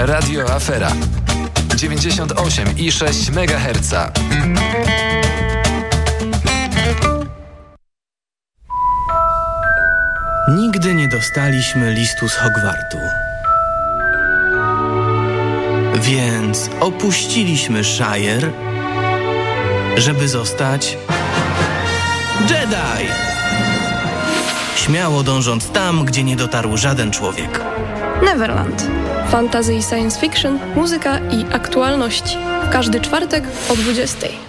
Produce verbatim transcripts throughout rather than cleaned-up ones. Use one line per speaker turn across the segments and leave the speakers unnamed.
Radio Afera dziewięćdziesiąt osiem i sześć megaherca.
Nigdy nie dostaliśmy listu z Hogwartu. Więc opuściliśmy Shire, żeby zostać Jedi. Śmiało dążąc tam, gdzie nie dotarł żaden człowiek.
Neverland. Fantasy i science fiction, muzyka i aktualności. W każdy czwartek o dwudziestej.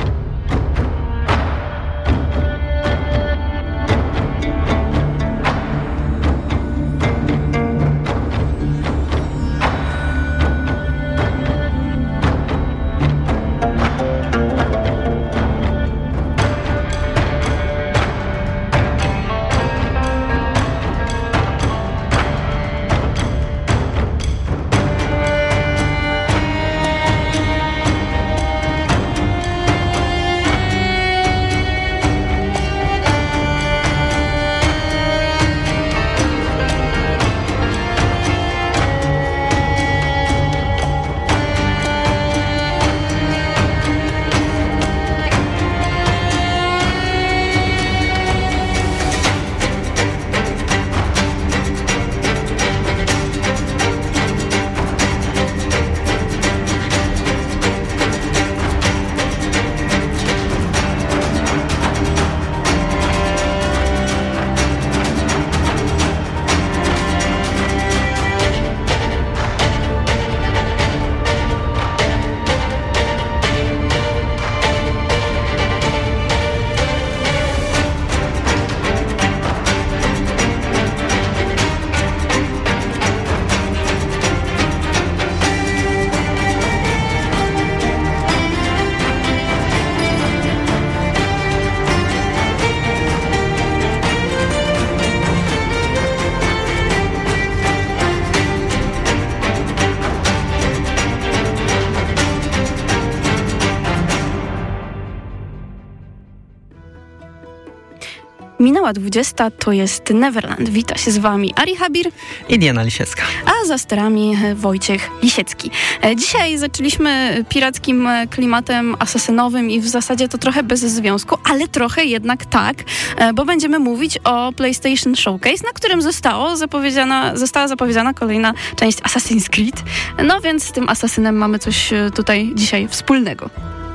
Minęła dwudziesta, to jest Neverland. Wita się z wami Ari Habir
i Diana Lisiecka.
A za sterami Wojciech Lisiecki. Dzisiaj zaczęliśmy pirackim klimatem asasynowym i w zasadzie to trochę bez związku, ale trochę jednak tak, bo będziemy mówić o PlayStation Showcase, na którym zostało zapowiedziana, została zapowiedziana kolejna część Assassin's Creed. No więc z tym asasynem mamy coś tutaj dzisiaj wspólnego.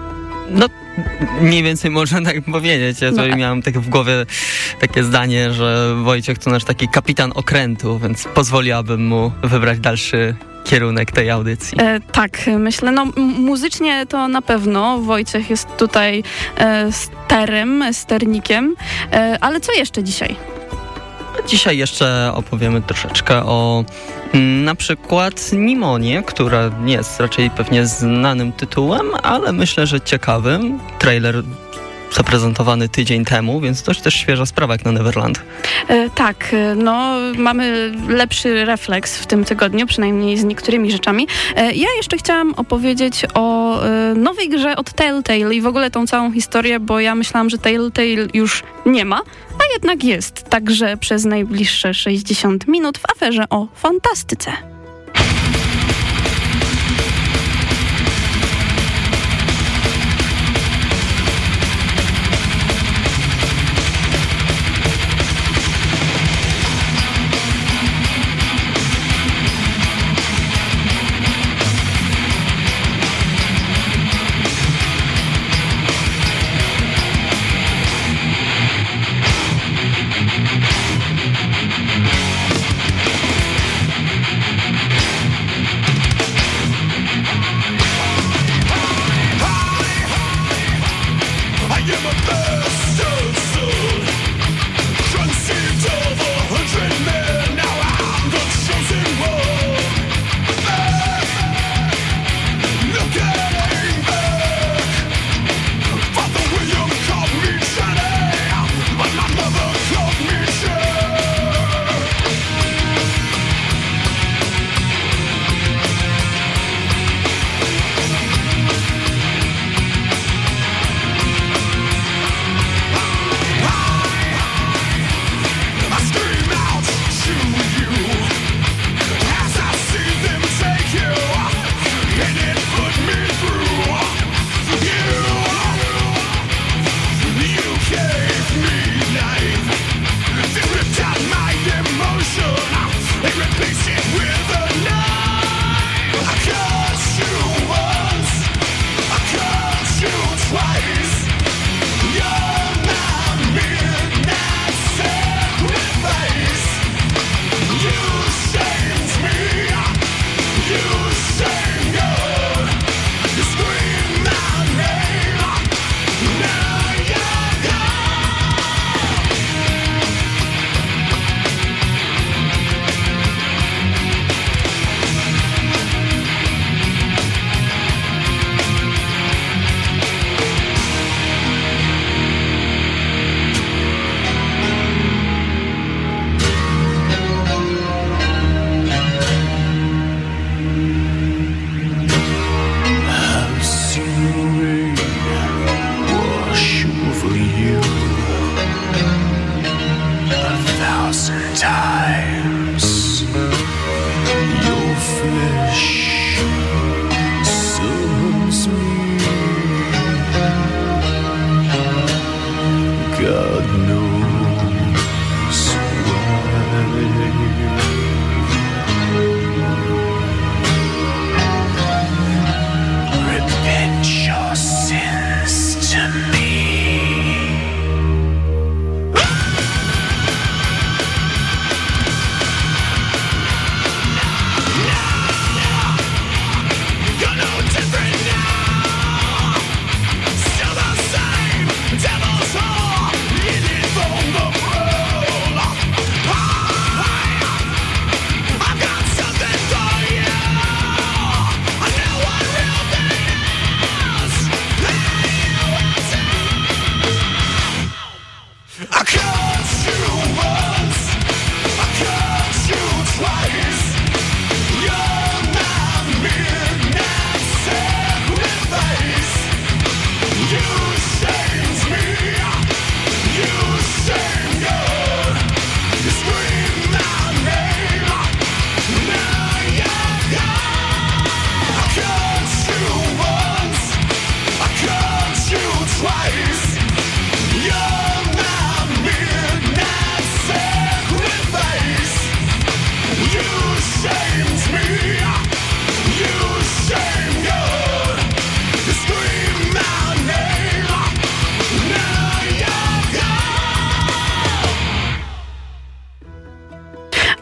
No, mniej więcej można tak powiedzieć. Ja tutaj no, miałem tak w głowie takie zdanie, że Wojciech to nasz taki kapitan okrętu, więc pozwoliłabym mu wybrać dalszy kierunek tej audycji.
E, tak, myślę. No, m- muzycznie to na pewno Wojciech jest tutaj e, sterem, sternikiem. E, ale co jeszcze dzisiaj?
Dzisiaj jeszcze opowiemy troszeczkę o mm, na przykład Nimonie, która nie jest raczej pewnie znanym tytułem, ale myślę, że ciekawym. Trailer zaprezentowany tydzień temu, więc dość też świeża sprawa jak na Neverland.
E, tak, no mamy lepszy refleks w tym tygodniu, przynajmniej z niektórymi rzeczami. E, ja jeszcze chciałam opowiedzieć o e, nowej grze od Telltale i w ogóle tą całą historię, bo ja myślałam, że Telltale już nie ma, a jednak jest. Także przez najbliższe sześćdziesiąt minut w aferze o fantastyce.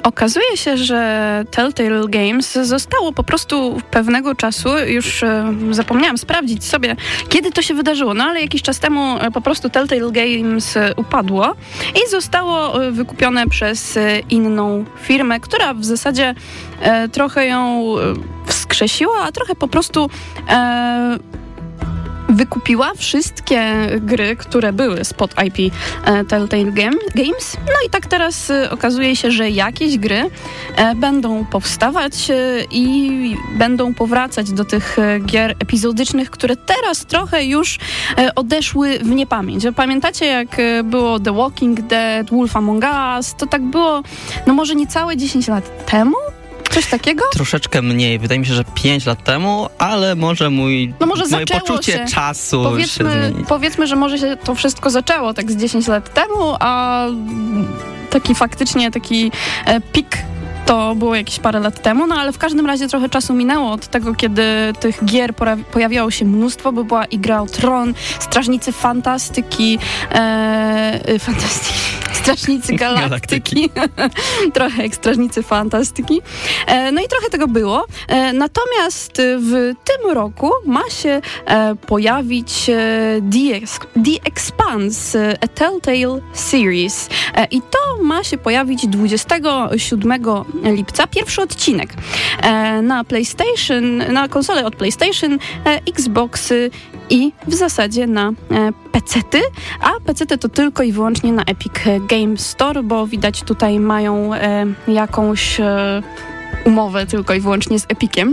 okazuje się, że Telltale Games zostało po prostu pewnego czasu, już e, zapomniałam sprawdzić sobie, kiedy to się wydarzyło, no ale jakiś czas temu e, po prostu Telltale Games e, upadło i zostało e, wykupione przez e, inną firmę, która w zasadzie e, trochę ją e, wskrzesiła, a trochę po prostu e, wykupiła wszystkie gry, które były spod I P e, Telltale Game, Games. No i tak teraz e, okazuje się, że jakieś gry e, będą powstawać e, i będą powracać do tych e, gier epizodycznych, które teraz trochę już e, odeszły w niepamięć. Pamiętacie, jak e, było The Walking Dead, Wolf Among Us? To tak było, no może niecałe dziesięć lat temu? Coś takiego?
Troszeczkę mniej. Wydaje mi się, że pięć lat temu, ale może mój
no może
moje poczucie
się.
czasu
powiedzmy,
się zmieni.
Powiedzmy, że może się to wszystko zaczęło tak z dziesięć lat temu, a taki faktycznie taki e, pik to było jakieś parę lat temu, no ale w każdym razie trochę czasu minęło od tego, kiedy tych gier pora- pojawiało się mnóstwo, bo była i gra o Tron, Strażnicy Fantastyki, e, Fantastyki, Strażnicy Galaktyki, trochę jak Strażnicy Fantastyki, e, no i trochę tego było. E, natomiast w tym roku ma się e, pojawić e, The, Ex- The Expanse, a Telltale Series e, i to ma się pojawić dwudziestego siódmego lipca, pierwszy odcinek e, na PlayStation, na konsolę od PlayStation, e, Xboxy i w zasadzie na e, pecety, a pecety to tylko i wyłącznie na Epic Games Store, bo widać tutaj mają e, jakąś e, umowę tylko i wyłącznie z Epiciem.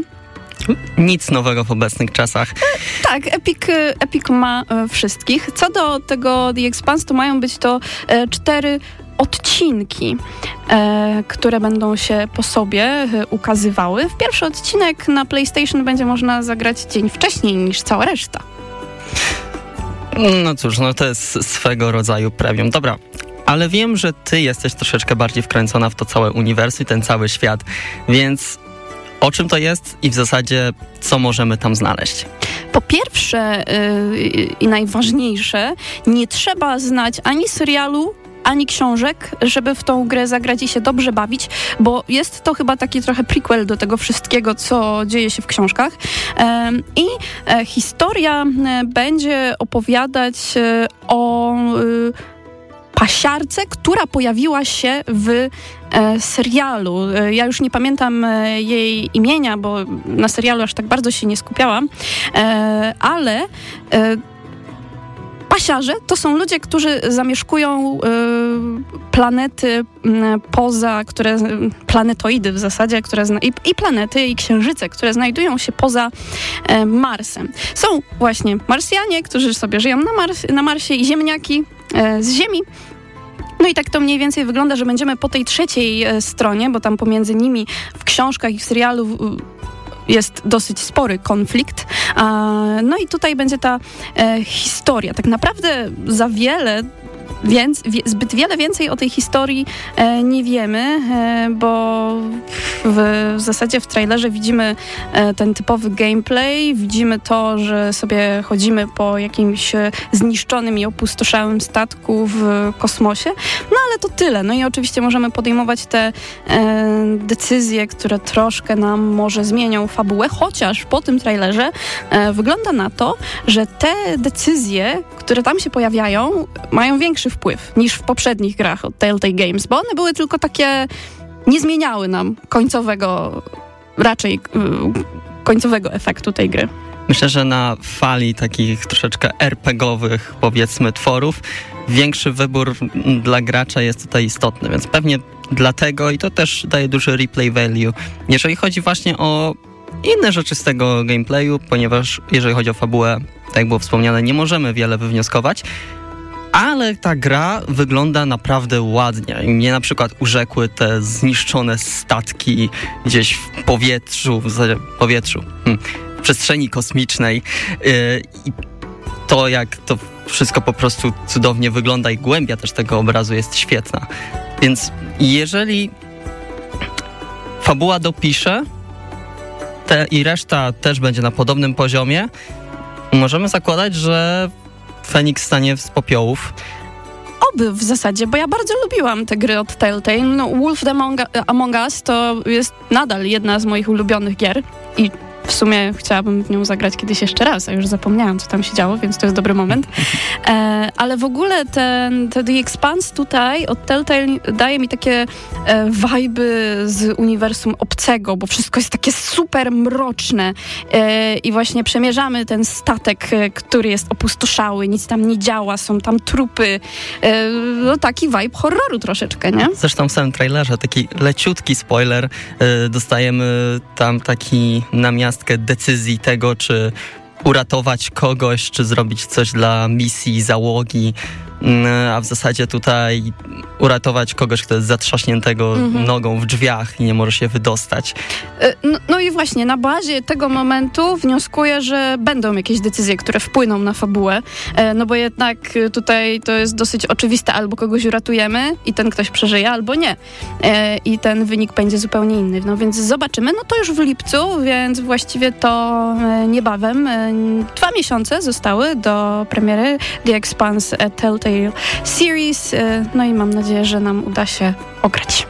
Nic nowego w obecnych czasach.
Tak, Epic, Epic ma e, wszystkich. Co do tego The Expanse, to mają być to e, cztery odcinki, e, które będą się po sobie e, ukazywały. W pierwszy odcinek na PlayStation będzie można zagrać dzień wcześniej niż cała reszta.
No cóż, no to jest swego rodzaju premium. Dobra, ale wiem, że ty jesteś troszeczkę bardziej wkręcona w to całe uniwersum i ten cały świat, więc o czym to jest i w zasadzie co możemy tam znaleźć?
Po pierwsze yy, i najważniejsze, nie trzeba znać ani serialu, ani książek, żeby w tą grę zagrać i się dobrze bawić, bo jest to chyba taki trochę prequel do tego wszystkiego, co dzieje się w książkach. I historia będzie opowiadać o pasiarce, która pojawiła się w serialu. Ja już nie pamiętam jej imienia, bo na serialu aż tak bardzo się nie skupiałam, ale pasiarze to są ludzie, którzy zamieszkują y, planety y, poza, które, planetoidy w zasadzie, które zna, i, i planety, i księżyce, które znajdują się poza y, Marsem. Są właśnie Marsjanie, którzy sobie żyją na, Mars, na Marsie i ziemniaki y, z Ziemi. No i tak to mniej więcej wygląda, że będziemy po tej trzeciej y, stronie, bo tam pomiędzy nimi w książkach i w serialu y, jest dosyć spory konflikt. No i tutaj będzie ta e, historia. Tak naprawdę za wiele, więc, wie, zbyt wiele więcej o tej historii e, nie wiemy, e, bo w, w zasadzie w trailerze widzimy e, ten typowy gameplay, widzimy to, że sobie chodzimy po jakimś zniszczonym i opustoszałym statku w kosmosie, no ale to tyle. No i oczywiście możemy podejmować te e, decyzje, które troszkę nam może zmienią fabułę, chociaż po tym trailerze e, wygląda na to, że te decyzje, które tam się pojawiają, mają większy wpływ niż w poprzednich grach od Telltale Games, bo one były tylko takie, nie zmieniały nam końcowego, raczej yy, końcowego efektu tej gry.
Myślę, że na fali takich troszeczkę er pe gie owych, powiedzmy, tworów, większy wybór dla gracza jest tutaj istotny, więc pewnie dlatego i to też daje duży replay value, jeżeli chodzi właśnie o inne rzeczy z tego gameplayu, ponieważ jeżeli chodzi o fabułę, tak jak było wspomniane, nie możemy wiele wywnioskować, ale ta gra wygląda naprawdę ładnie. I mnie na przykład urzekły te zniszczone statki gdzieś w powietrzu, w powietrzu, hmm, w przestrzeni kosmicznej yy, i to, jak to wszystko po prostu cudownie wygląda i głębia też tego obrazu jest świetna. Więc jeżeli fabuła dopisze te, i reszta też będzie na podobnym poziomie, możemy zakładać, że Feniks stanie z popiołów
oby w zasadzie, bo ja bardzo lubiłam te gry od Telltale. No, Wolf Among, Among Us to jest nadal jedna z moich ulubionych gier i w sumie chciałabym w nią zagrać kiedyś jeszcze raz, a już zapomniałam, co tam się działo, więc to jest dobry moment. E, ale w ogóle ten, ten The Expanse tutaj od Telltale daje mi takie e, wajby z uniwersum obcego, bo wszystko jest takie super mroczne e, i właśnie przemierzamy ten statek, e, który jest opustoszały, nic tam nie działa, są tam trupy. E, no taki vibe horroru troszeczkę, nie?
Zresztą w samym trailerze taki leciutki spoiler, e, dostajemy tam taki namiast decyzji tego, czy uratować kogoś, czy zrobić coś dla misji, załogi, a w zasadzie tutaj uratować kogoś, kto jest zatrzaśniętego mhm. nogą w drzwiach i nie może się wydostać.
No, no i właśnie, na bazie tego momentu wnioskuję, że będą jakieś decyzje, które wpłyną na fabułę, no bo jednak tutaj to jest dosyć oczywiste, albo kogoś uratujemy i ten ktoś przeżyje, albo nie. I ten wynik będzie zupełnie inny. No więc zobaczymy, no to już w lipcu, więc właściwie to niebawem. Dwa miesiące zostały do premiery The Expanse Telltale Series, no i mam nadzieję, że nam uda się ograć.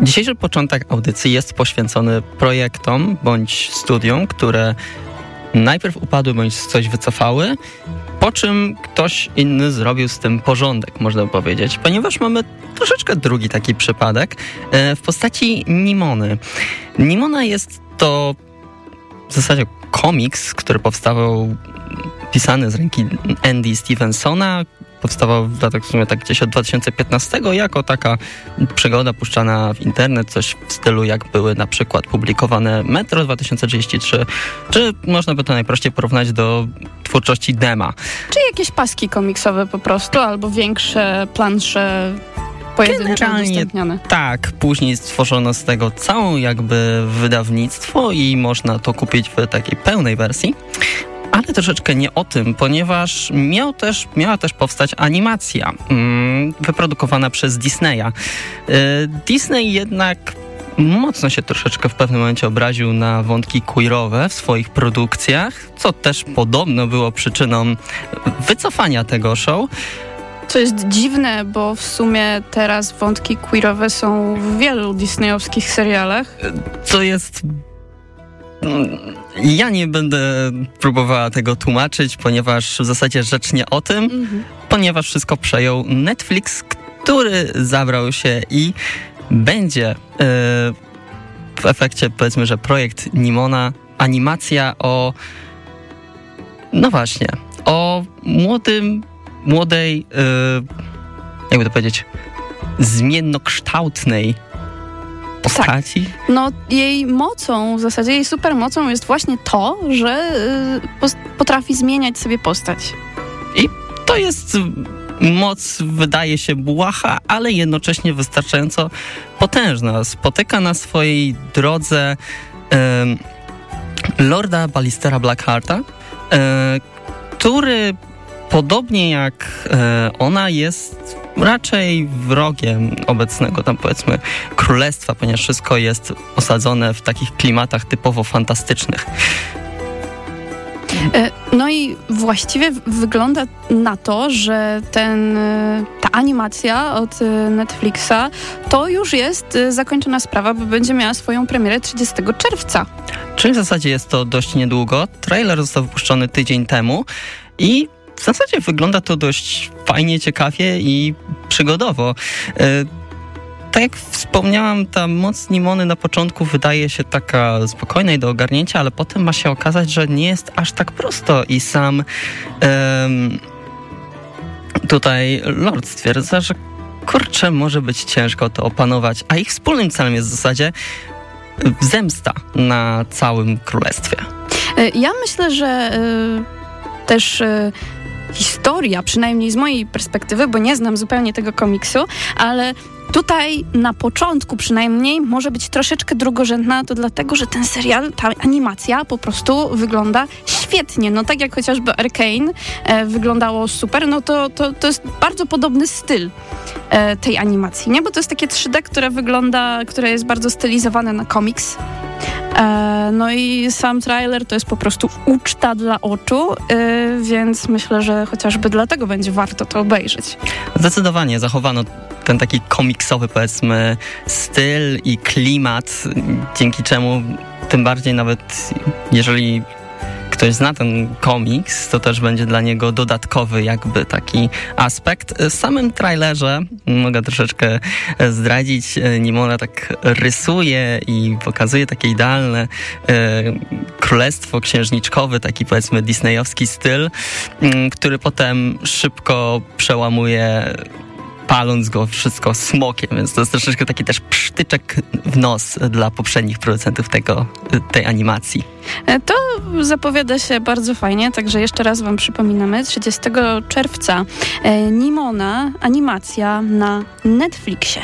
Dzisiejszy początek audycji jest poświęcony projektom bądź studiom, które najpierw upadły bądź coś wycofały, po czym ktoś inny zrobił z tym porządek, można by powiedzieć, ponieważ mamy troszeczkę drugi taki przypadek w postaci Nimony. Nimona jest to w zasadzie komiks, który powstawał, pisany z ręki Andy Stevensona. Powstawał w latach w sumie tak gdzieś od dwa tysiące piętnastego jako taka przygoda puszczana w internet, coś w stylu jak były na przykład publikowane Metro dwa tysiące trzydzieści trzy, czy można by to najprościej porównać do twórczości Dema.
Czy jakieś paski komiksowe po prostu, albo większe plansze pojedyncze udostępniane.
Tak, później stworzono z tego całą jakby wydawnictwo i można to kupić w takiej pełnej wersji. Ale troszeczkę nie o tym, ponieważ miał też, miała też powstać animacja mm, wyprodukowana przez Disneya. Yy, Disney jednak mocno się troszeczkę w pewnym momencie obraził na wątki queerowe w swoich produkcjach, co też podobno było przyczyną wycofania tego show.
Co jest dziwne, bo w sumie teraz wątki queerowe są w wielu disneyowskich serialach.
Co jest... Ja nie będę próbowała tego tłumaczyć, ponieważ w zasadzie rzecz nie o tym, mhm. ponieważ wszystko przejął Netflix, który zabrał się i będzie yy, w efekcie, powiedzmy, że projekt Nimona, animacja o, no właśnie, o młodym, młodej, yy, jakby to powiedzieć, zmiennokształtnej postaci.
Tak. No jej mocą, w zasadzie jej supermocą jest właśnie to, że y, potrafi zmieniać sobie postać.
I to jest moc, wydaje się błaha, ale jednocześnie wystarczająco potężna. Spotyka na swojej drodze y, Lorda Ballistera Blackhearta, y, który podobnie jak y, ona jest raczej wrogiem obecnego tam, powiedzmy, królestwa, ponieważ wszystko jest osadzone w takich klimatach typowo fantastycznych.
No i właściwie wygląda na to, że ten, ta animacja od Netflixa to już jest zakończona sprawa, bo będzie miała swoją premierę trzydziestego czerwca.
Czyli w zasadzie jest to dość niedługo. Trailer został wypuszczony tydzień temu i w zasadzie wygląda to dość fajnie, ciekawie i przygodowo. Tak jak wspomniałam, ta moc Nimony na początku wydaje się taka spokojna i do ogarnięcia, ale potem ma się okazać, że nie jest aż tak prosto i sam um, tutaj Lord stwierdza, że kurczę, może być ciężko to opanować, a ich wspólnym celem jest w zasadzie zemsta na całym królestwie.
Ja myślę, że y, też... Y, historia, przynajmniej z mojej perspektywy, bo nie znam zupełnie tego komiksu, ale tutaj na początku przynajmniej może być troszeczkę drugorzędna, to dlatego, że ten serial, ta animacja po prostu wygląda świetnie. No tak jak chociażby Arcane e, wyglądało super, no to, to, to jest bardzo podobny styl e, tej animacji, nie? Bo to jest takie trzy D, które wygląda, które jest bardzo stylizowane na komiks. No i sam trailer to jest po prostu uczta dla oczu, więc myślę, że chociażby dlatego będzie warto to obejrzeć.
Zdecydowanie zachowano ten taki komiksowy, powiedzmy, styl i klimat, dzięki czemu tym bardziej nawet jeżeli ktoś zna ten komiks, to też będzie dla niego dodatkowy jakby taki aspekt. W samym trailerze, mogę troszeczkę zdradzić, Nimona tak rysuje i pokazuje takie idealne e, królestwo księżniczkowe, taki powiedzmy disneyowski styl, m, który potem szybko przełamuje, paląc go wszystko smokiem, więc to jest troszeczkę taki też psztyczek w nos dla poprzednich producentów tego, tej animacji.
To zapowiada się bardzo fajnie, także jeszcze raz wam przypominamy, trzydziestego czerwca Nimona, animacja na Netflixie.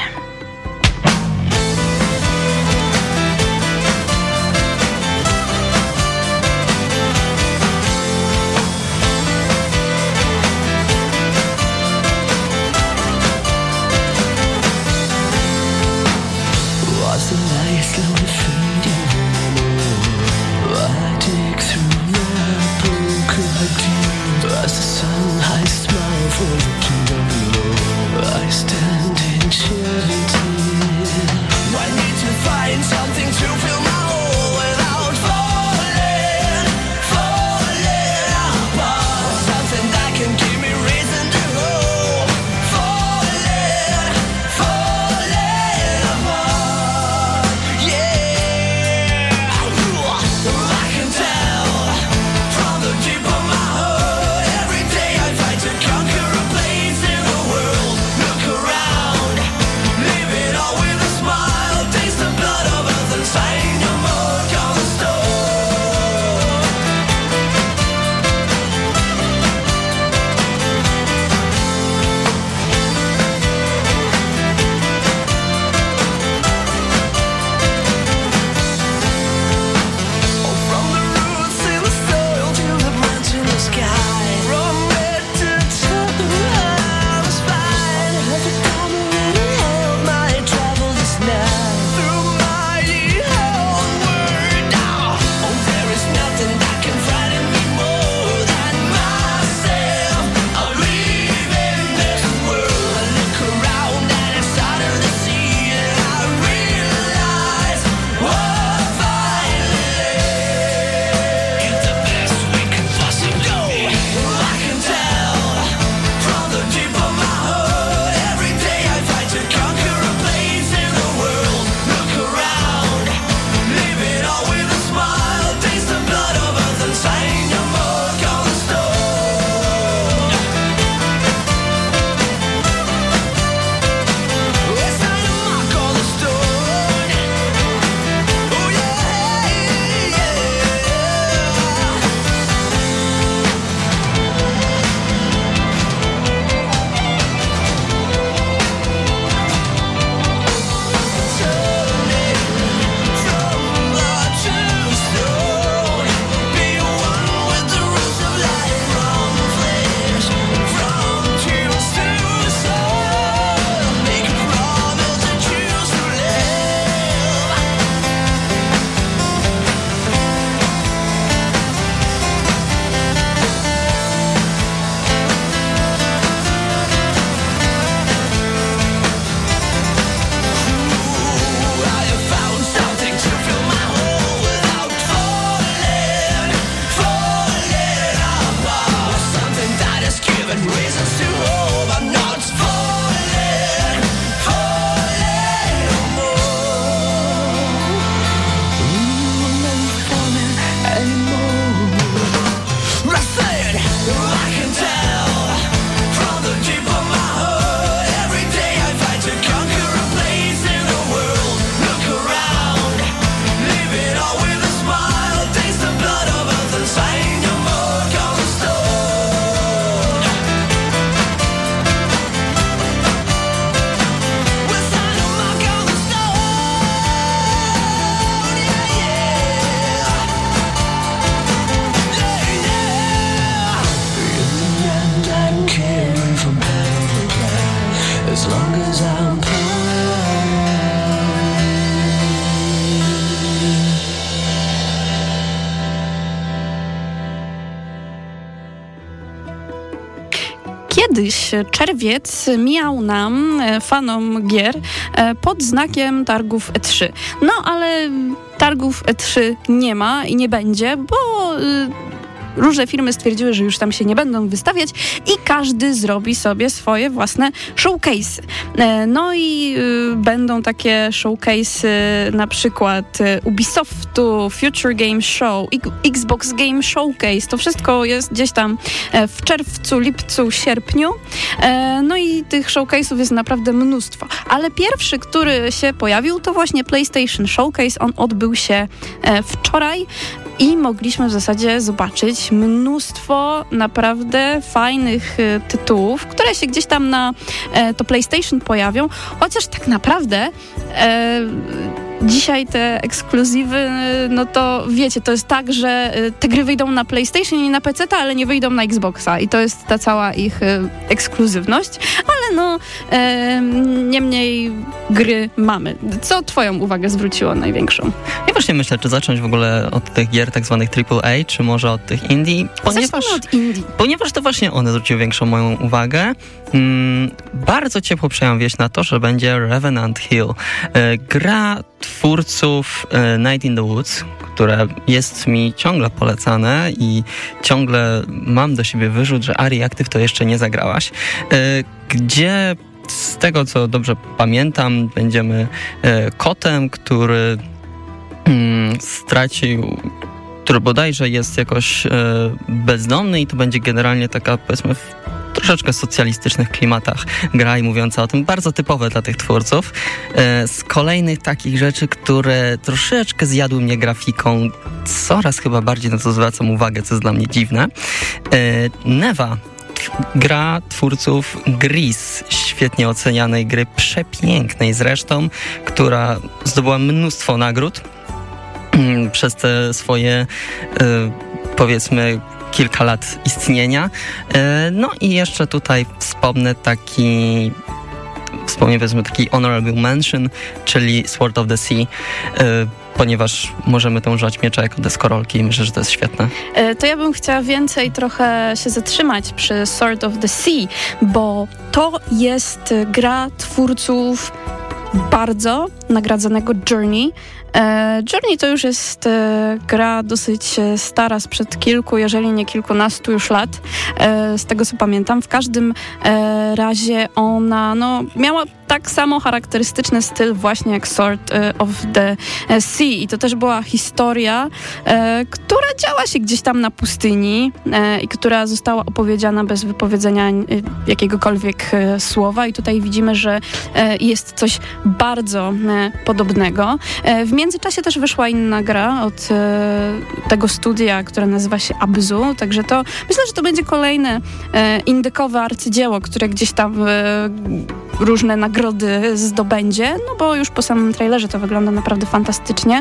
I stand in charity.
Kiedyś czerwiec mijał nam, fanom gier, pod znakiem targów E trzy. No ale targów E trzy nie ma i nie będzie, bo różne firmy stwierdziły, że już tam się nie będą wystawiać i każdy zrobi sobie swoje własne showcase'y. No i y, będą takie showcase'y na przykład Ubisoftu, Future Game Show, Xbox Game Showcase. To wszystko jest gdzieś tam w czerwcu, lipcu, sierpniu. No i tych showcase'ów jest naprawdę mnóstwo. Ale pierwszy, który się pojawił, to właśnie PlayStation Showcase. On odbył się wczoraj i mogliśmy w zasadzie zobaczyć mnóstwo naprawdę fajnych e, tytułów, które się gdzieś tam na e, to PlayStation pojawią, chociaż tak naprawdę e, dzisiaj te ekskluzywy, no to wiecie, to jest tak, że te gry wyjdą na PlayStation i na P C, ale nie wyjdą na Xboxa i to jest ta cała ich e, ekskluzywność, ale no e, niemniej gry mamy. Co twoją uwagę zwróciło największą?
Ja właśnie myślę, czy zacząć w ogóle od tych gier tak zwanych triple A, czy może od tych indie, ponieważ,
od indie.
ponieważ to właśnie one zwróciły większą moją uwagę. Mm, bardzo ciepło przyjąłem wieść na to, że będzie Revenant Hill. E, gra twórców e, Night in the Woods, które jest mi ciągle polecane i ciągle mam do siebie wyrzut, że Ari Active to jeszcze nie zagrałaś, e, gdzie z tego, co dobrze pamiętam, będziemy e, kotem, który mm, stracił, który bodajże jest jakoś e, bezdomny i to będzie generalnie taka, powiedzmy, w troszeczkę socjalistycznych klimatach gra i mówiąca o tym, bardzo typowe dla tych twórców. E, z kolejnych takich rzeczy, które troszeczkę zjadły mnie grafiką, coraz chyba bardziej na to zwracam uwagę, co jest dla mnie dziwne. E, Neva, gra twórców Gris, świetnie ocenianej gry, przepięknej zresztą, która zdobyła mnóstwo nagród przez te swoje, powiedzmy, kilka lat istnienia. No i jeszcze tutaj wspomnę taki, wspomnę powiedzmy taki honorable mention, czyli Sword of the Sea, ponieważ możemy tam używać miecza jako deskorolki i myślę, że to jest świetne.
To ja bym chciała więcej trochę się zatrzymać przy Sword of the Sea, bo to jest gra twórców bardzo nagradzanego Journey. Journey to już jest gra dosyć stara, sprzed kilku, jeżeli nie kilkunastu już lat, z tego co pamiętam. W każdym razie ona no, miała tak samo charakterystyczny styl właśnie jak Sword of the Sea i to też była historia, która działa się gdzieś tam na pustyni i która została opowiedziana bez wypowiedzenia jakiegokolwiek słowa i tutaj widzimy, że jest coś bardzo podobnego. W międzyczasie też wyszła inna gra od tego studia, które nazywa się Abzu, także to myślę, że to będzie kolejne indykowe arcydzieło, które gdzieś tam różne nagrody zdobędzie, no bo już po samym trailerze to wygląda naprawdę fantastycznie.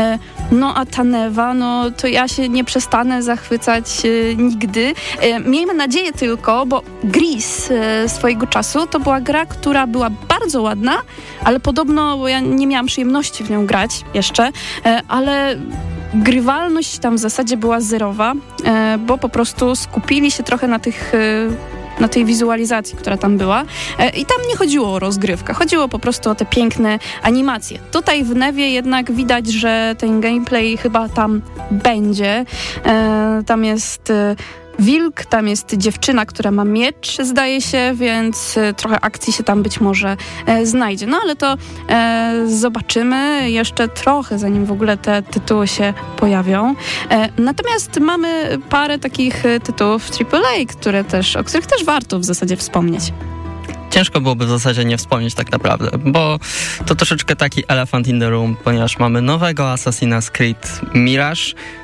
No a ta Neva, no to ja się nie przestanę zachwycać nigdy. Miejmy nadzieję tylko, bo Gris swojego czasu to była gra, która była bardzo ładna, ale podobno, bo ja nie miałam przyjemności w nią grać jeszcze, ale grywalność tam w zasadzie była zerowa, bo po prostu skupili się trochę na tych na tej wizualizacji, która tam była. I tam nie chodziło o rozgrywkę, chodziło po prostu o te piękne animacje. Tutaj w Newie jednak widać, że ten gameplay chyba tam będzie. Tam jest wilk, tam jest dziewczyna, która ma miecz, zdaje się, więc trochę akcji się tam być może e, znajdzie. No ale to e, zobaczymy jeszcze trochę, zanim w ogóle te tytuły się pojawią. E, natomiast mamy parę takich tytułów triple A, które też, o których też warto w zasadzie wspomnieć.
Ciężko byłoby w zasadzie nie wspomnieć tak naprawdę, bo to troszeczkę taki elephant in the room, ponieważ mamy nowego Assassin's Creed Mirage.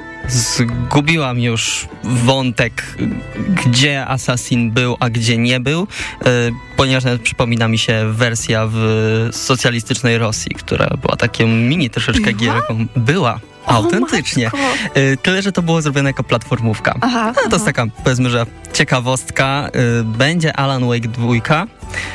Zgubiłam już wątek, gdzie Assassin był, a gdzie nie był, ponieważ nawet przypomina mi się wersja w socjalistycznej Rosji, która była taką mini troszeczkę gierką. Była. Autentycznie. Tyle, że to było zrobione jako platformówka. Aha, no, to aha. jest taka, powiedzmy, że ciekawostka. Będzie Alan Wake dwa.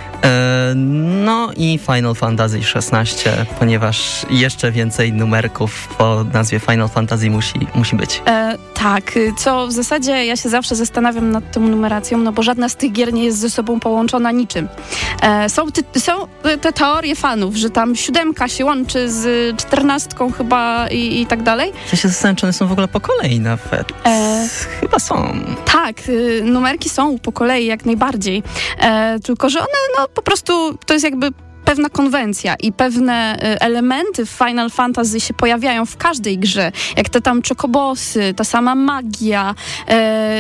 No i Final Fantasy szesnaście, ponieważ jeszcze więcej numerków po nazwie Final Fantasy musi, musi być.
E, tak, co w zasadzie ja się zawsze zastanawiam nad tą numeracją, no bo żadna z tych gier nie jest ze sobą połączona niczym. E, są, ty, są te teorie fanów, że tam siódemka się łączy z czternastką chyba i, i tak dalej.
Ja się zastanawiam, czy one są w ogóle po kolei nawet. E, chyba są.
Tak, y, numerki są po kolei jak najbardziej, e, tylko że one no po prostu to jest jakby pewna konwencja i pewne y, elementy w Final Fantasy się pojawiają w każdej grze, jak te tam czokobosy, ta sama magia y,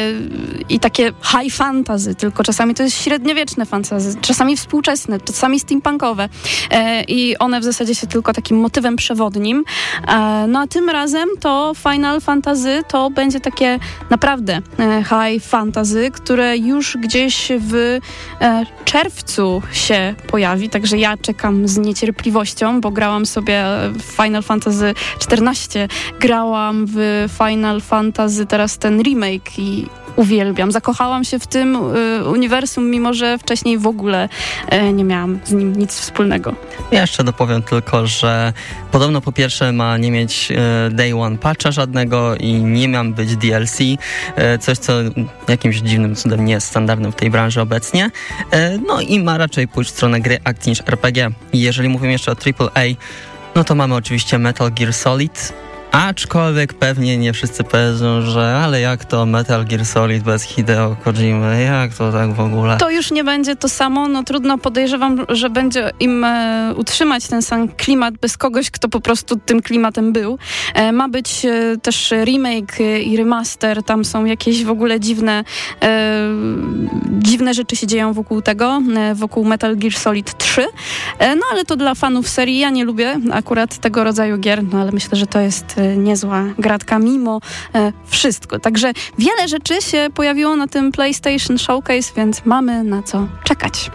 i takie high fantasy, tylko czasami to jest średniowieczne fantasy, czasami współczesne, czasami steampunkowe y, i one w zasadzie się tylko takim motywem przewodnim. Y, no a tym razem to Final Fantasy to będzie takie naprawdę y, high fantasy, które już gdzieś w y, czerwcu się pojawi, także ja czekam z niecierpliwością, bo grałam sobie w Final Fantasy czternaście, grałam w Final Fantasy teraz ten remake i uwielbiam. Zakochałam się w tym y, uniwersum, mimo że wcześniej w ogóle y, nie miałam z nim nic wspólnego.
Ja jeszcze dopowiem tylko, że podobno po pierwsze ma nie mieć y, day one patcha żadnego i nie miał być D L C, y, coś co jakimś dziwnym cudem nie jest standardem w tej branży obecnie. Y, no i ma raczej pójść w stronę gry akcji niż R P G. I jeżeli mówimy jeszcze o triple A, no to mamy oczywiście Metal Gear Solid, aczkolwiek pewnie nie wszyscy powiedzą, że ale jak to Metal Gear Solid bez Hideo Kojimy, jak to tak w ogóle?
To już nie będzie to samo, no trudno, podejrzewam, że będzie im e, utrzymać ten sam klimat bez kogoś, kto po prostu tym klimatem był. E, ma być e, też remake e, i remaster, tam są jakieś w ogóle dziwne e, dziwne rzeczy się dzieją wokół tego, e, wokół Metal Gear Solid trzy, e, no ale to dla fanów serii, ja nie lubię akurat tego rodzaju gier, no ale myślę, że to jest niezła gratka mimo e, wszystko. Także wiele rzeczy się pojawiło na tym PlayStation Showcase, więc mamy na co czekać.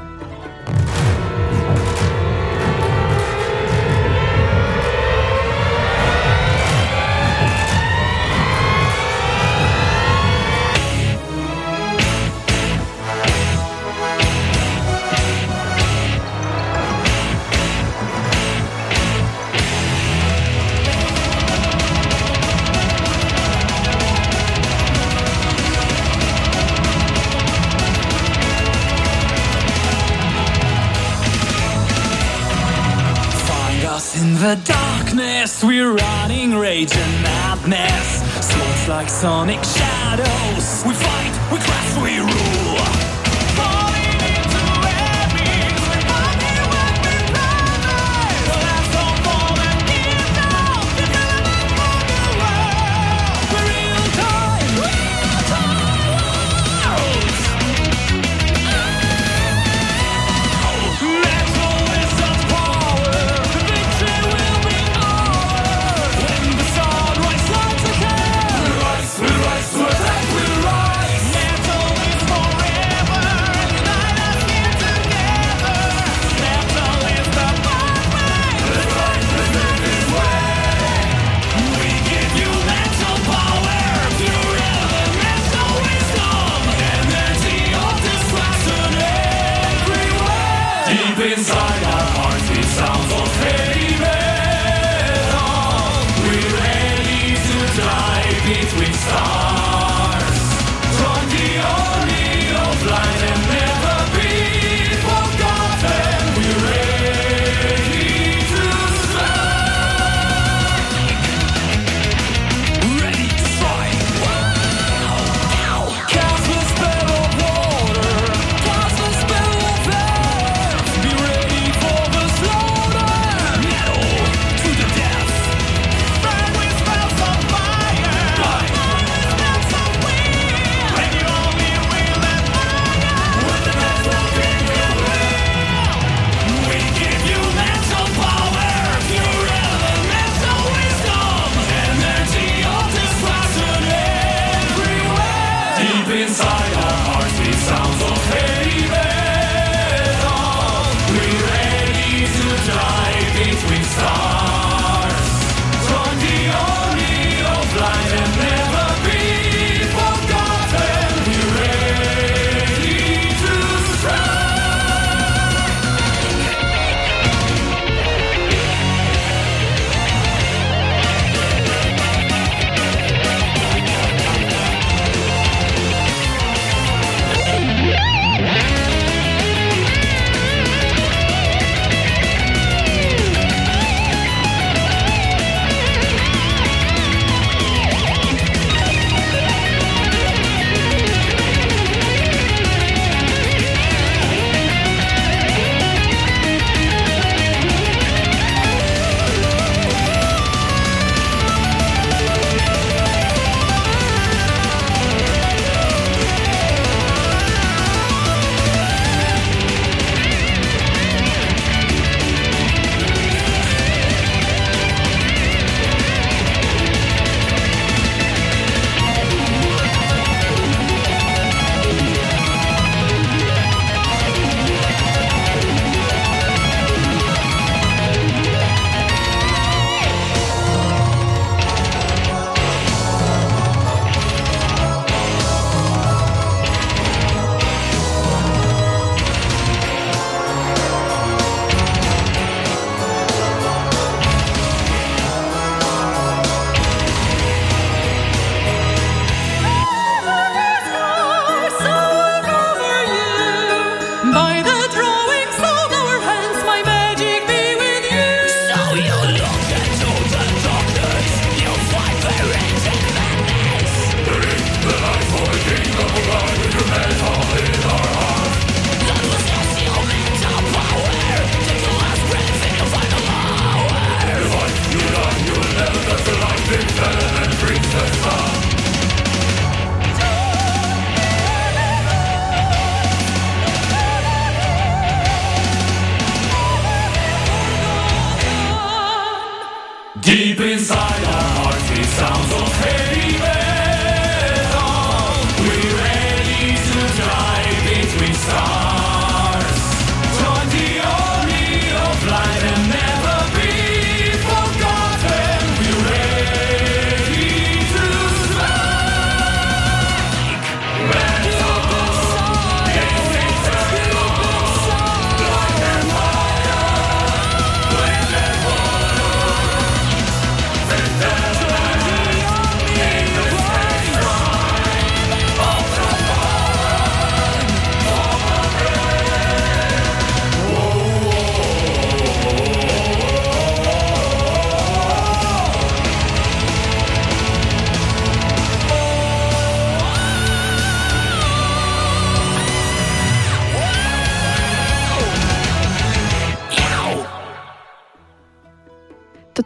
In the darkness, we're running, rage and madness. Smokes like sonic shadows. We fight, we crash, we rule. Falling into abyss, we're fighting what we promise. The last of all that gives out, the element for the world. We're real time, real time worlds. Metal is of power. Will be over when the sun rises once again. We rise, we rise to attack, we rise. Metal is forever, and unite us here together. Metal is the pathway. Let's rise, let's live this way. We give you mental power, pure elemental wisdom, energy of destruction everywhere. Deep inside our hearts, it sounds of heavy metal. We're ready to dive between stars. Join the army of light and never be forgotten. We're ready to strike. Ready to strike. Cast the spell of water. Cast the spell of air. Be ready for the slaughter. Metal to the death. Burn with spells of fire. Burn with spells of wind. And you only will admire when the best of it will win. We give you mental power, pure elemental wisdom, energy of destruction everywhere. Deep inside our hearts, beat sounds of heavy metal. We're ready to dive between stars. Join the army of light and never be forgotten. We're ready to strike.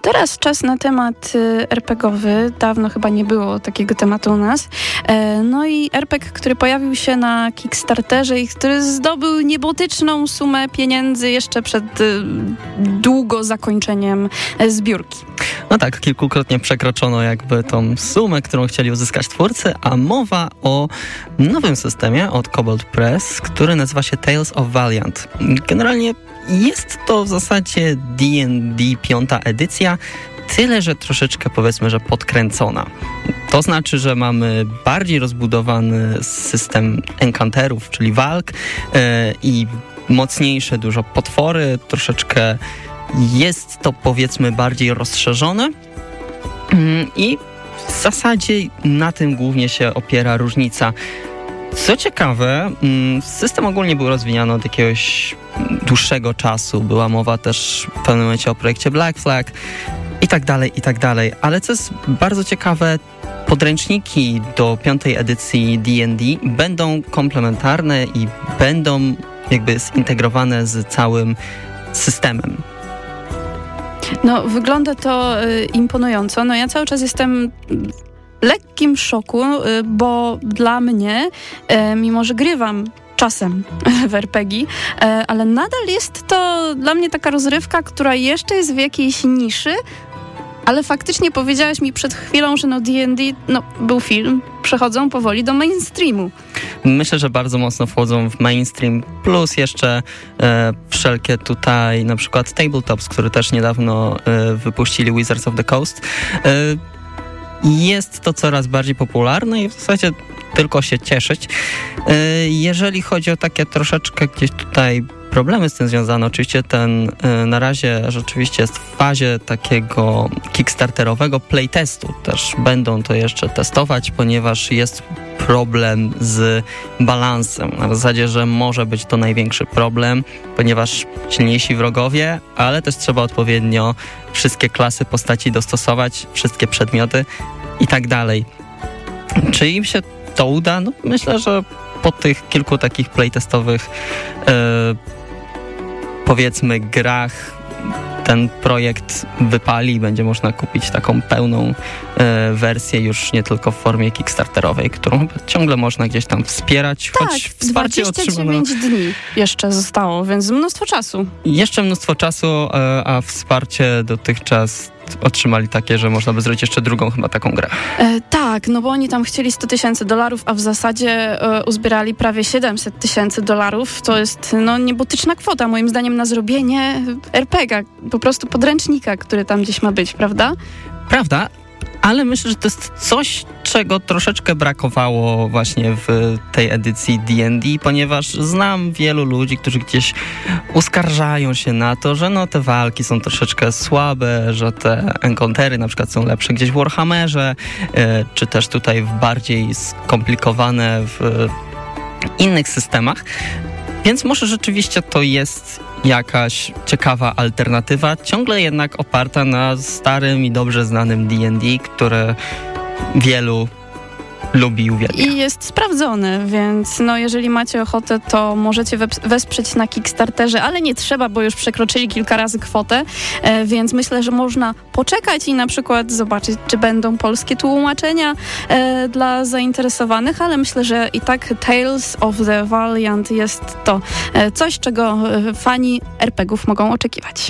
teraz czas na temat y, er pe gie owy. Dawno chyba nie było takiego tematu u nas. E, no i er pe gie, który pojawił się na Kickstarterze i który zdobył niebotyczną sumę pieniędzy jeszcze przed y, długo zakończeniem y, zbiórki.
No tak, kilkukrotnie przekroczono jakby tą sumę, którą chcieli uzyskać twórcy, a mowa o nowym systemie od Cobalt Press, który nazywa się Tales of Valiant. Generalnie jest to w zasadzie D and D piąta edycja, tyle że troszeczkę powiedzmy, że podkręcona. To znaczy, że mamy bardziej rozbudowany system encounterów, czyli walk yy, i mocniejsze dużo potwory, troszeczkę jest to powiedzmy bardziej rozszerzone yy, i w zasadzie na tym głównie się opiera różnica. Co ciekawe, system ogólnie był rozwijany od jakiegoś dłuższego czasu. Była mowa też w pewnym momencie o projekcie Black Flag i tak dalej, i tak dalej. Ale co jest bardzo ciekawe, podręczniki do piątej edycji D and D będą komplementarne i będą jakby zintegrowane z całym systemem.
No, wygląda to y, imponująco. No, ja cały czas jestem w lekkim szoku, y, bo dla mnie, y, mimo że grywam czasem w er pe gie, y, ale nadal jest to dla mnie taka rozrywka, która jeszcze jest w jakiejś niszy, ale faktycznie powiedziałaś mi przed chwilą, że no D and D, no był film, przechodzą powoli do mainstreamu.
Myślę, że bardzo mocno wchodzą w mainstream, plus jeszcze e, wszelkie tutaj na przykład tabletops, które też niedawno e, wypuścili Wizards of the Coast. E, jest to coraz bardziej popularne i w zasadzie tylko się cieszyć. E, jeżeli chodzi o takie troszeczkę gdzieś tutaj problemy z tym związane, oczywiście ten y, na razie rzeczywiście jest w fazie takiego kickstarterowego playtestu. Też będą to jeszcze testować, ponieważ jest problem z balansem. Na zasadzie, że może być to największy problem, ponieważ silniejsi wrogowie, ale też trzeba odpowiednio wszystkie klasy postaci dostosować, wszystkie przedmioty i tak dalej. Czy im się to uda? No, myślę, że po tych kilku takich playtestowych yy, powiedzmy grach ten projekt wypali i będzie można kupić taką pełną e, wersję już nie tylko w formie kickstarterowej, którą ciągle można gdzieś tam wspierać,
tak,
choć wsparcie
dwadzieścia
otrzymano.
dziewięć dni jeszcze zostało, więc mnóstwo czasu.
Jeszcze mnóstwo czasu, e, a wsparcie dotychczas otrzymali takie, że można by zrobić jeszcze drugą chyba taką grę.
E, tak, no bo oni tam chcieli sto tysięcy dolarów, a w zasadzie e, uzbierali prawie siedemset tysięcy dolarów. To jest no niebotyczna kwota, moim zdaniem, na zrobienie er pe gie, po prostu podręcznika, który tam gdzieś ma być, prawda?
Prawda, ale myślę, że to jest coś, czego troszeczkę brakowało właśnie w tej edycji D and D, ponieważ znam wielu ludzi, którzy gdzieś uskarżają się na to, że no te walki są troszeczkę słabe, że te encountery na przykład są lepsze gdzieś w Warhammerze, czy też tutaj w bardziej skomplikowane w innych systemach. Więc może rzeczywiście to jest jakaś ciekawa alternatywa, ciągle jednak oparta na starym i dobrze znanym D and D, które wielu lubi i uwielbia.
I jest sprawdzone, więc no jeżeli macie ochotę, to możecie wesprzeć na Kickstarterze, ale nie trzeba, bo już przekroczyli kilka razy kwotę, e, więc myślę, że można poczekać i na przykład zobaczyć, czy będą polskie tłumaczenia e, dla zainteresowanych, ale myślę, że i tak Tales of the Valiant jest to e, coś, czego e, fani er pe gie ów mogą oczekiwać.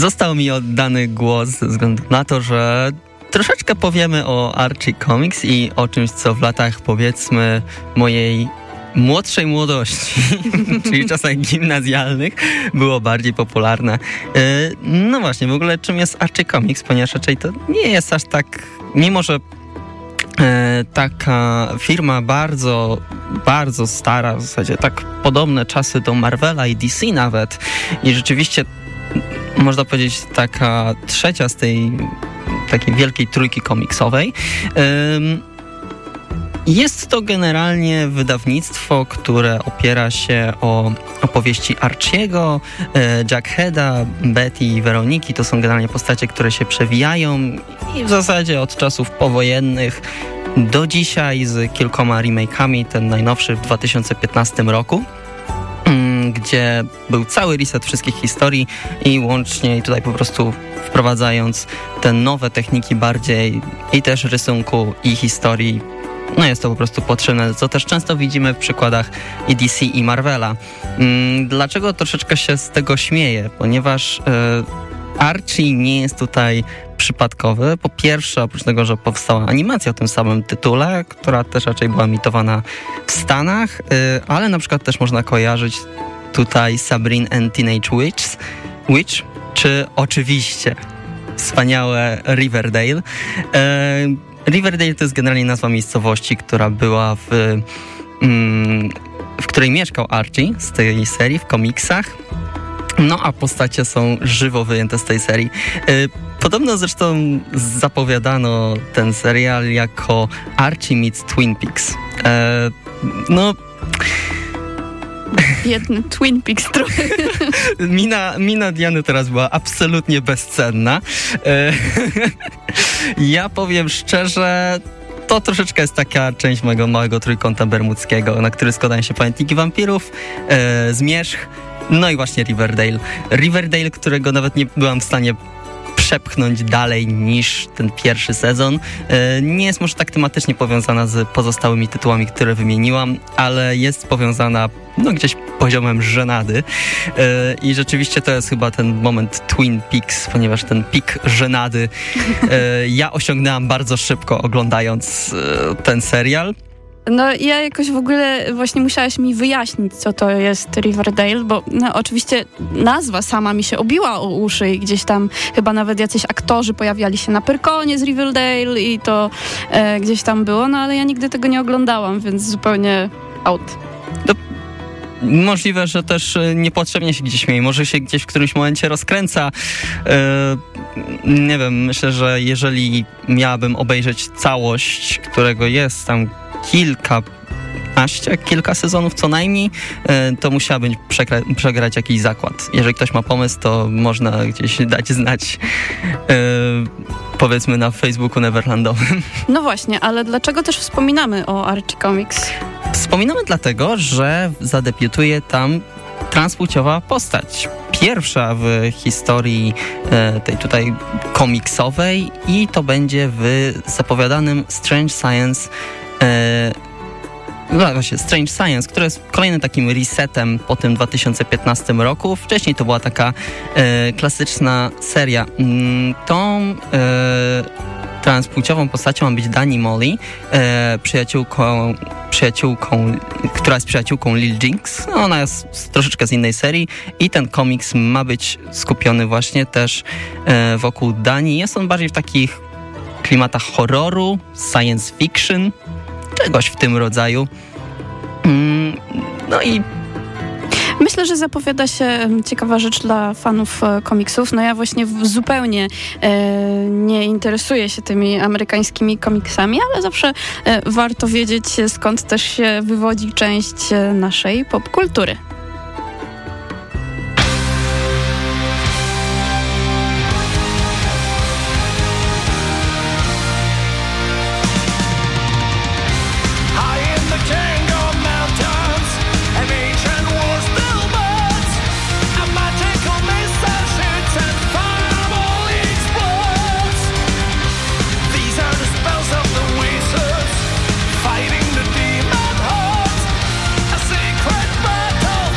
został mi oddany głos ze względu na to, że troszeczkę powiemy o Archie Comics i o czymś, co w latach, powiedzmy, mojej młodszej młodości, czyli czasach gimnazjalnych, było bardziej popularne. No właśnie, w ogóle czym jest Archie Comics, ponieważ raczej to nie jest aż tak, mimo że taka firma bardzo, bardzo stara, w zasadzie tak podobne czasy do Marvela i D C nawet, i rzeczywiście można powiedzieć taka trzecia z tej takiej wielkiej trójki komiksowej. Jest to generalnie wydawnictwo, które opiera się o opowieści Archiego, Jugheada, Betty i Weroniki. To są generalnie postacie, które się przewijają i w zasadzie od czasów powojennych do dzisiaj z kilkoma remake'ami, ten najnowszy w dwa tysiące piętnastym roku, gdzie był cały reset wszystkich historii i łącznie i tutaj po prostu wprowadzając te nowe techniki bardziej i też rysunku i historii. No jest to po prostu potrzebne, co też często widzimy w przykładach i D C i Marvela. Dlaczego troszeczkę się z tego śmieję? Ponieważ Archie nie jest tutaj przypadkowy. Po pierwsze, oprócz tego, że powstała animacja o tym samym tytule, która też raczej była emitowana w Stanach, ale na przykład też można kojarzyć tutaj Sabrina and Teenage Witch, Witch czy oczywiście wspaniałe Riverdale. Riverdale to jest generalnie nazwa miejscowości, która była w, w której mieszkał Archie z tej serii w komiksach. No a postacie są żywo wyjęte z tej serii. Podobno zresztą zapowiadano ten serial jako Archie meets Twin Peaks. No...
Biedny Twin Peaks trochę.
Mina, mina Diany teraz była absolutnie bezcenna. Ja powiem szczerze, to troszeczkę jest taka część mojego małego trójkąta bermudzkiego, na który składają się Pamiętniki Wampirów, e, Zmierzch, no i właśnie Riverdale. Riverdale, którego nawet nie byłam w stanie przepchnąć dalej niż ten pierwszy sezon. E, nie jest może tak tematycznie powiązana z pozostałymi tytułami, które wymieniłam, ale jest powiązana no gdzieś poziomem żenady. E, I rzeczywiście to jest chyba ten moment Twin Peaks, ponieważ ten pik żenady e, ja osiągnęłam bardzo szybko oglądając e, ten serial.
No ja jakoś w ogóle właśnie musiałaś mi wyjaśnić, co to jest Riverdale, bo no, oczywiście nazwa sama mi się obiła o uszy i gdzieś tam chyba nawet jacyś aktorzy pojawiali się na Pyrkonie z Riverdale i to e, gdzieś tam było, no ale ja nigdy tego nie oglądałam, więc zupełnie out.
No, możliwe, że też niepotrzebnie się gdzieś śmieje, może się gdzieś w którymś momencie rozkręca. E, nie wiem, myślę, że jeżeli miałabym obejrzeć całość, którego jest tam kilkanaście, kilka sezonów co najmniej, to musiałabym przegra- przegrać jakiś zakład. Jeżeli ktoś ma pomysł, to można gdzieś dać znać, yy, powiedzmy na Facebooku Neverlandowym.
No właśnie, ale dlaczego też wspominamy o Archie Comics?
Wspominamy dlatego, że zadebiutuje tam transpłciowa postać. Pierwsza w historii e, tej tutaj komiksowej i to będzie w zapowiadanym Strange Science e, no właśnie, Strange Science, które jest kolejnym takim resetem po tym dwa tysiące piętnastym roku. Wcześniej to była taka e, klasyczna seria. Mm, tą e, transpłciową postacią ma być Dani Molly, e, przyjaciółką, przyjaciółką, która jest przyjaciółką Lil Jinx. No, ona jest z, troszeczkę z innej serii i ten komiks ma być skupiony właśnie też e, wokół Dani. Jest on bardziej w takich klimatach horroru, science fiction, czegoś w tym rodzaju. Mm, no i
Myślę, że zapowiada się ciekawa rzecz dla fanów komiksów. No ja właśnie zupełnie e, nie interesuję się tymi amerykańskimi komiksami, ale zawsze e, warto wiedzieć, skąd też się wywodzi część naszej popkultury.
Fighting the demon heart, a secret battle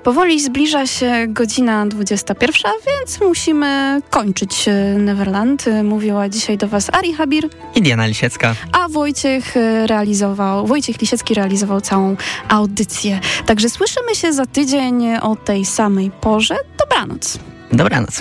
Powoli zbliża się godzina dwudziesta pierwsza, więc musimy kończyć Neverland. Mówiła dzisiaj do Was Ari Habir
i Diana Lisiecka.
A Wojciech realizował, Wojciech Lisiecki realizował całą audycję. Także słyszymy się za tydzień o tej samej porze. Dobranoc.
Dobranoc.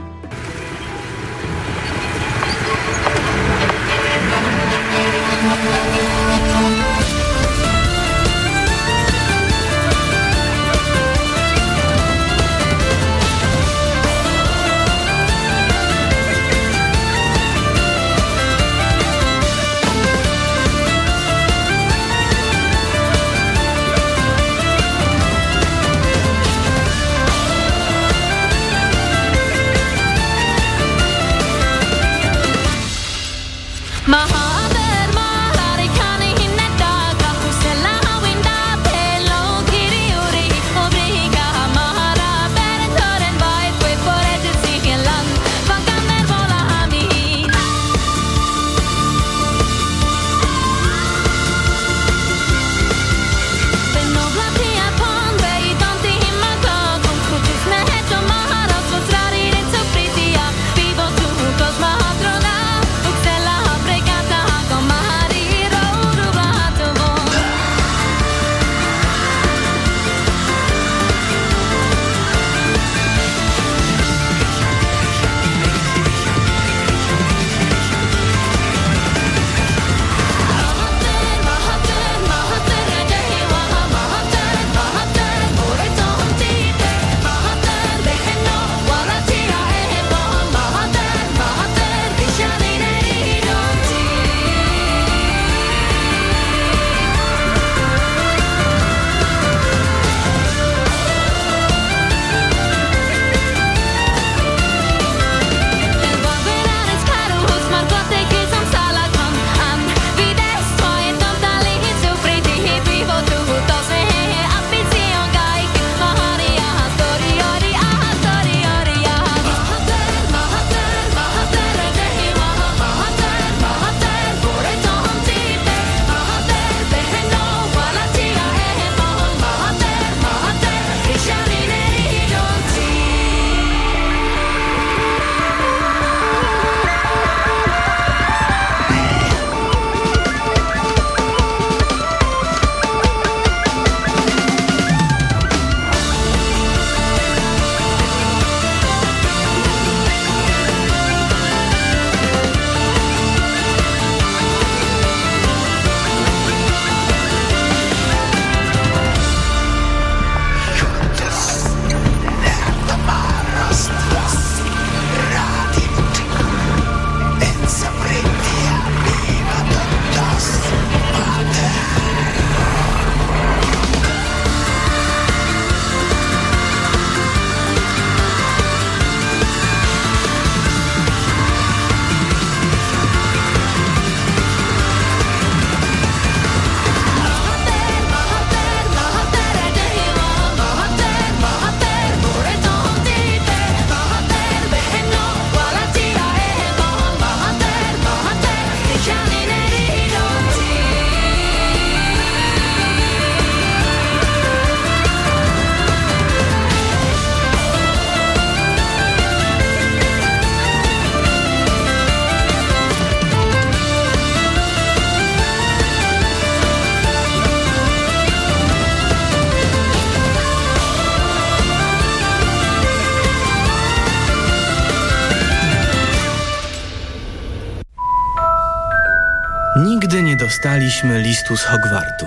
Nigdy nie dostaliśmy listu z Hogwartu.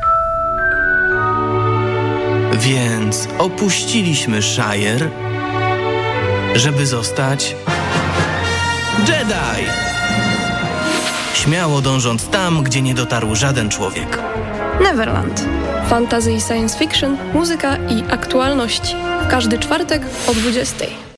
Więc opuściliśmy Shire, żeby zostać Jedi! Śmiało dążąc tam, gdzie nie dotarł żaden człowiek.
Neverland. Fantasy i science fiction, muzyka i aktualności. W każdy czwartek o dwudziestej.